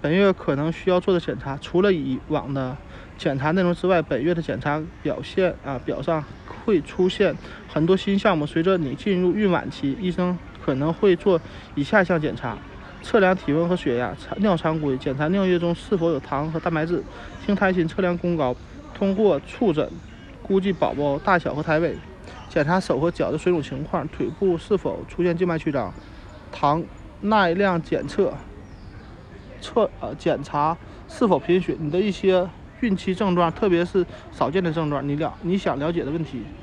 本月可能需要做的检查，除了以往的检查内容之外，本月的检查表上会出现很多新项目。随着你进入孕晚期，医生可能会做以下项检查：测量体温和血压，尿常规，检查尿液中是否有糖和蛋白质，听胎心，测量宫高，通过触诊估计宝宝大小和胎位，检查手和脚的水肿情况，腿部是否出现静脉曲张，糖耐量检测。检查是否贫血，你的一些孕期症状，特别是少见的症状，你想了解的问题。